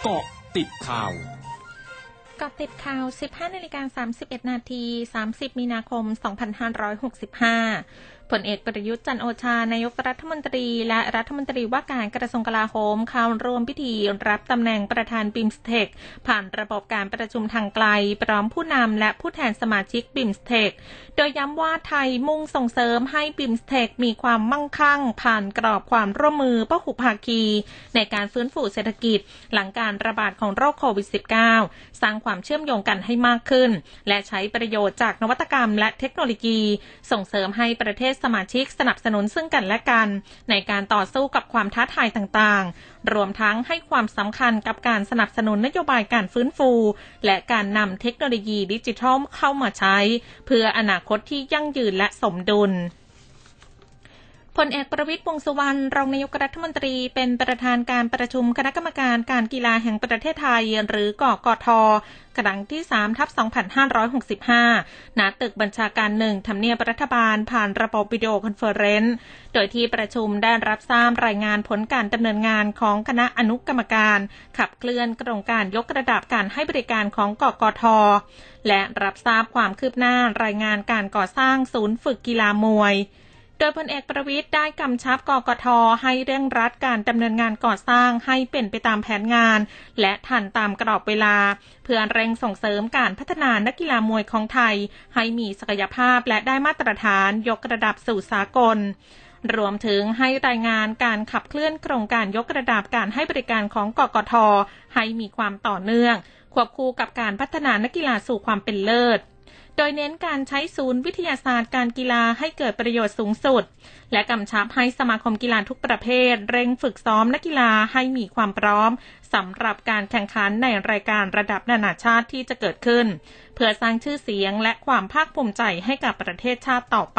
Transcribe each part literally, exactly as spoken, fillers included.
เกาะติดข่าวเกาะติดข่าว สิบห้านาฬิกาสามสิบเอ็ดนาที สามสิบมีนาคม สองพันห้าร้อยหกสิบห้าผลเอกประยุทธ์จันทร์โอชานายกรัฐมนตรีและรัฐมนตรีว่าการกระทรวงกลาโหมเข้าร่วมพิธีรับตำแหน่งประธานบิมสเทคผ่านระบบการประชุมทางไกลพร้อมผู้นำและผู้แทนสมาชิกบิมสเทคโดยย้ำว่าไทยมุ่งส่งเสริมให้บิมสเทคมีความมั่งคั่งผ่านกรอบความร่วมมือพหุภาคีในการฟื้นฟูเศรษฐกิจหลังการระบาดของโรคโควิด สิบเก้า สร้างความเชื่อมโยงกันให้มากขึ้นและใช้ประโยชน์จากนวัตกรรมและเทคโนโลยีส่งเสริมให้ประเทศสมาชิกสนับสนุนซึ่งกันและกันในการต่อสู้กับความท้าทายต่างๆรวมทั้งให้ความสำคัญกับการสนับสนุนนโยบายการฟื้นฟูและการนำเทคโนโลยีดิจิทัลเข้ามาใช้เพื่ออนาคตที่ยั่งยืนและสมดุลพลเอกประวิตร วงษ์สุวรรณรองนายกรัฐมนตรีเป็นประธานการประชุมคณะกรรมการการกีฬาแห่งประเทศไทยหรือกกท.ครั้งที่ สาม ทับ สองพันห้าร้อยหกสิบห้า ณ ตึกบัญชาการหนึ่งทำเนียบรัฐบาลผ่านระบบวิดีโอคอนเฟอเรนซ์โดยที่ประชุมได้รับทราบรายงานผลการดำเนินงานของคณะอนุกรรมการขับเคลื่อนโครงการยกระดับการให้บริการของกกท.และรับทราบความคืบหน้ารายงานการก่อสร้างศูนย์ฝึกกีฬามวยโดยพลเอกประวิตรได้กำชับกกท.ให้เร่งรัดการดำเนินงานก่อสร้างให้เป็นไปตามแผนงานและทันตามกรอบเวลาเพื่อเร่งส่งเสริมการพัฒนานักกีฬามวยของไทยให้มีศักยภาพและได้มาตรฐานยกระดับสู่สากลรวมถึงให้รายงานการขับเคลื่อนโครงการยกระดับการให้บริการของกกท.ให้มีความต่อเนื่องควบคู่กับการพัฒนานักกีฬาสู่ความเป็นเลิศโดยเน้นการใช้ศูนย์วิทยาศาสตร์การกีฬาให้เกิดประโยชน์สูงสุดและกำชับให้สมาคมกีฬาทุกประเภทเร่งฝึกซ้อมนักกีฬาให้มีความพร้อมสำหรับการแข่งขันในรายการระดับนานาชาติที่จะเกิดขึ้นเพื่อสร้างชื่อเสียงและความภาคภูมิใจให้กับประเทศชาติต่อไป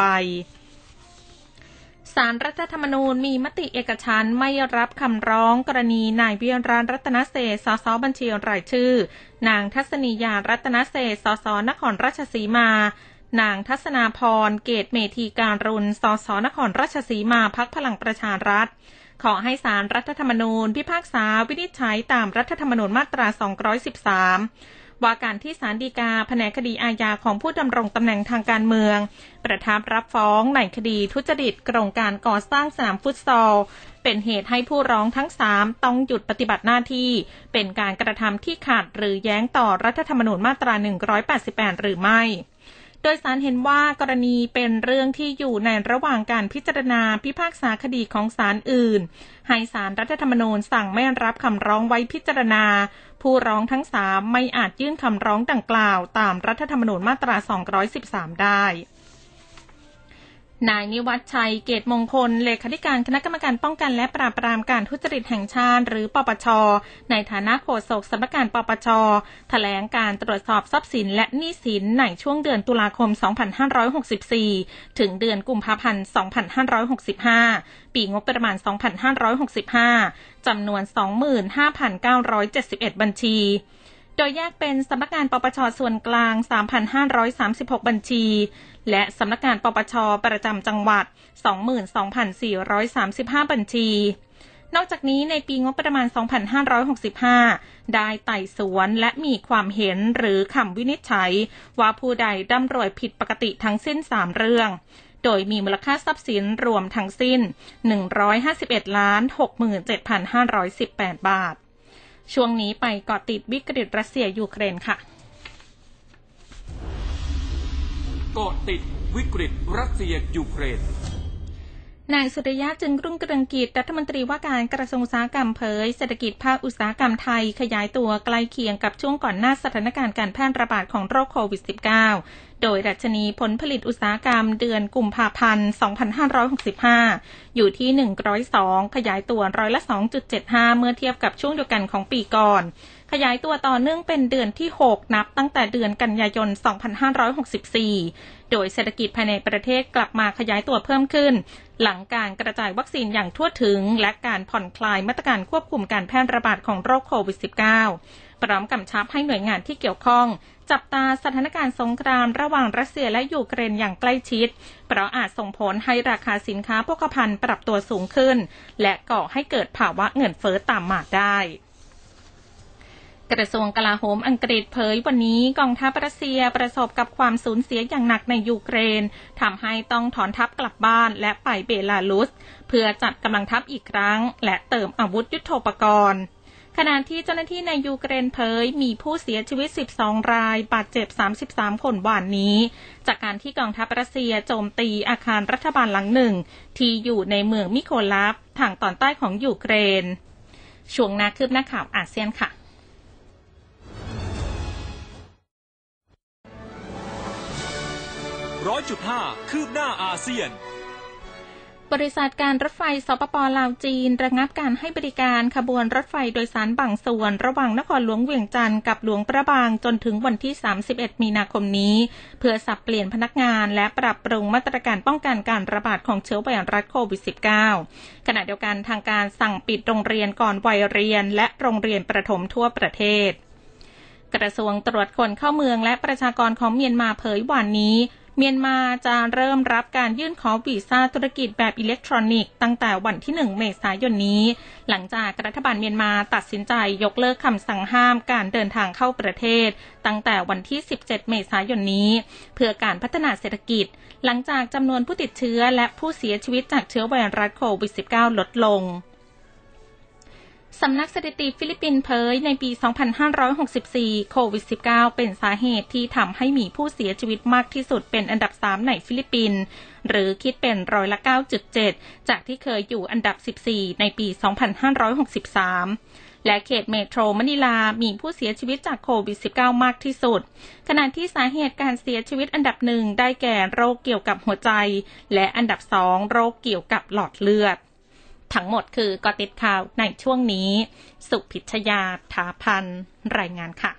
ศาลรัฐธรรมนูญมีมติเอกฉันท์ไม่รับคำร้องกรณีนายวิรัตน์รัตนเศรษฐ์ สส บัญชีรายชื่อนางทัศนียารัตนเศรษฐ์ สส นครราชสีมานางทัศนาพรเกตเมธีการุณ สส นครราชสีมาพรรคพลังประชารัฐขอให้ศาลรัฐธรรมนูญพิพากษาวินิจฉัยตามรัฐธรรมนูญมาตราสองร้อยสิบสามว่าการที่ศาลฎีกาแผนกคดีอาญาของผู้ดำรงตำแหน่งทางการเมืองประทับรับฟ้องในคดีทุจริตโครงการก่อสร้างสนามฟุตซอลเป็นเหตุให้ผู้ร้องทั้งสามต้องหยุดปฏิบัติหน้าที่เป็นการกระทำที่ขัดหรือแย้งต่อรัฐธรรมนูญมาตราหนึ่งร้อยแปดสิบแปดหรือไม่โดยศาลเห็นว่ากรณีเป็นเรื่องที่อยู่ในระหว่างการพิจารณาพิพากษาคดีของศาลอื่นให้ศาลรัฐธรรมนูญสั่งไม่รับคำร้องไว้พิจารณาผู้ร้องทั้งสามไม่อาจยื่นคำร้องดังกล่าวตามรัฐธรรมนูญมาตราสองร้อยสิบสามได้นายนิวัฒน์ชัยเกตมงคลเลขาธิการคณะกรรมการป้องกันและปราบปรามการทุจริตแห่งชาติหรือปปช.ในฐานะโฆษกสำนักงานปปช.แถลงการตรวจสอบทรัพย์สินและหนี้สินในช่วงเดือนตุลาคมสองพันห้าร้อยหกสิบสี่ถึงเดือนกุมภาพันธ์สองพันห้าร้อยหกสิบห้าปีงบประมาณสองพันห้าร้อยหกสิบห้าจำนวน สองหมื่นห้าพันเก้าร้อยเจ็ดสิบเอ็ด บัญชีโดยแยกเป็นสำนักงานปปช.ส่วนกลาง สามพันห้าร้อยสามสิบหก บัญชีและสำนักงานปปช.ประจำจังหวัด สองหมื่นสองพันสี่ร้อยสามสิบห้า บัญชีนอกจากนี้ในปีงบประมาณสองพันห้าร้อยหกสิบห้าได้ไต่สวนและมีความเห็นหรือคำวินิจฉัยว่าผู้ใดร่ำรวยผิดปกติทั้งสิ้นสามเรื่องโดยมีมูลค่าทรัพย์สินรวมทั้งสิ้น หนึ่งร้อยห้าสิบเอ็ดล้าน หกหมื่นเจ็ดพันห้าร้อยสิบแปด บาทช่วงนี้ไปเกาะติดวิกฤตรัสเซียยูเครนค่ะเกาะติดวิกฤตรัสเซียยูเครนนายสุริยะจึงรุ่งเรืองกิจรัฐมนตรีว่าการกระทรวงอุตสาหกรรมเผยเศรษฐกิจภาคอุตสาหกรรมไทยขยายตัวใกล้เคียงกับช่วงก่อนหน้าสถานการณ์การแพร่ระบาดของโรคโควิด สิบเก้า โดยดัชนีผลผลิตอุตสาหกรรมเดือนกุมภาพันธ์สองพันห้าร้อยหกสิบห้าอยู่ที่หนึ่งร้อยสองขยายตัวร้อยละ สองจุดเจ็ดห้า เมื่อเทียบกับช่วงเดียวกันของปีก่อนขยายตัวต่อเนื่องเป็นเดือนที่หกนับตั้งแต่เดือนกันยายนสองพันห้าร้อยหกสิบสี่โดยเศรษฐกิจภายในประเทศกลับมาขยายตัวเพิ่มขึ้นหลังการกระจายวัคซีนอย่างทั่วถึงและการผ่อนคลายมาตรการควบคุมการแพร่ระบาดของโรคโควิด สิบเก้า พร้อมกำชับให้หน่วยงานที่เกี่ยวข้องจับตาสถานการณ์สงครามระหว่างรัสเซียและยูเครนอย่างใกล้ชิดเพราะอาจส่งผลให้ราคาสินค้าโภคภัณฑ์ปรับตัวสูงขึ้นและก่อให้เกิดภาวะเงินเฟ้อตามมาได้กระทรวงกลาโหมอังกฤษเผยวันนี้กองทัพรัสเซียประสบกับความสูญเสียอย่างหนักในยูเครนทำให้ต้องถอนทัพกลับบ้านและไปเบลารุสเพื่อจัดกำลังทัพอีกครั้งและเติมอาวุธยุทโธปกรณ์ขณะที่เจ้าหน้าที่ในยูเครนเผยมีผู้เสียชีวิตสิบสองรายบาดเจ็บสามสิบสามคนวันนี้จากการที่กองทัพรัสเซียโจมตีอาคารรัฐบาลหลังหนึ่งที่อยู่ในเมืองมิโคลาฟทางตอนใต้ของยูเครนช่วงนาคืบหน้าข่าวอาเซียนค่ะร้อยจุดห้าคืบหน้าอาเซียนบริษัทการรถไฟสปป.ลาวจีนระงับการให้บริการขบวนรถไฟโดยสารบางส่วนระหว่างนครหลวงเวียงจันทร์กับหลวงพระบางจนถึงวันที่สามสิบเอ็ดมีนาคมนี้เพื่อสับเปลี่ยนพนักงานและปรับปรุงมาตรการป้องกันการระบาดของเชื้อไวรัสโควิด สิบเก้า ขณะเดียวกันทางการสั่งปิดโรงเรียนก่อนวัยเรียนและโรงเรียนประถมทั่วประเทศกระทรวงตรวจคนเข้าเมืองและประชากรของเมียนมาเผยวันนี้เมียนมาจะเริ่มรับการยื่นขอวีซ่าธุรกิจแบบอิเล็กทรอนิกส์ตั้งแต่วันที่หนึ่งเมษายนนี้หลังจากรัฐบาลเมียนมาตัดสินใจยกเลิกคำสั่งห้ามการเดินทางเข้าประเทศตั้งแต่วันที่สิบเจ็ดเมษายนนี้เพื่อการพัฒนาเศรษฐกิจหลังจากจำนวนผู้ติดเชื้อและผู้เสียชีวิตจากเชื้อไวรัสโควิด สิบเก้า ลดลงสำนักสถิติฟิลิปปินส์เผยในปี สองพันห้าร้อยหกสิบสี่ โควิด สิบเก้า เป็นสาเหตุที่ทำให้มีผู้เสียชีวิตมากที่สุดเป็นอันดับสามในฟิลิปปินส์หรือคิดเป็นร้อยละ เก้าจุดเจ็ด จากที่เคยอยู่อันดับสิบสี่ในปี สองพันห้าร้อยหกสิบสาม และเขตเมโทรมะนิลามีผู้เสียชีวิตจากโควิด สิบเก้า มากที่สุดขณะที่สาเหตุการเสียชีวิตอันดับหนึ่งได้แก่โรคเกี่ยวกับหัวใจและอันดับสองโรคเกี่ยวกับหลอดเลือดทั้งหมดคือกอติดข่าวในช่วงนี้สุพิชยา ถาพันรายงานค่ะ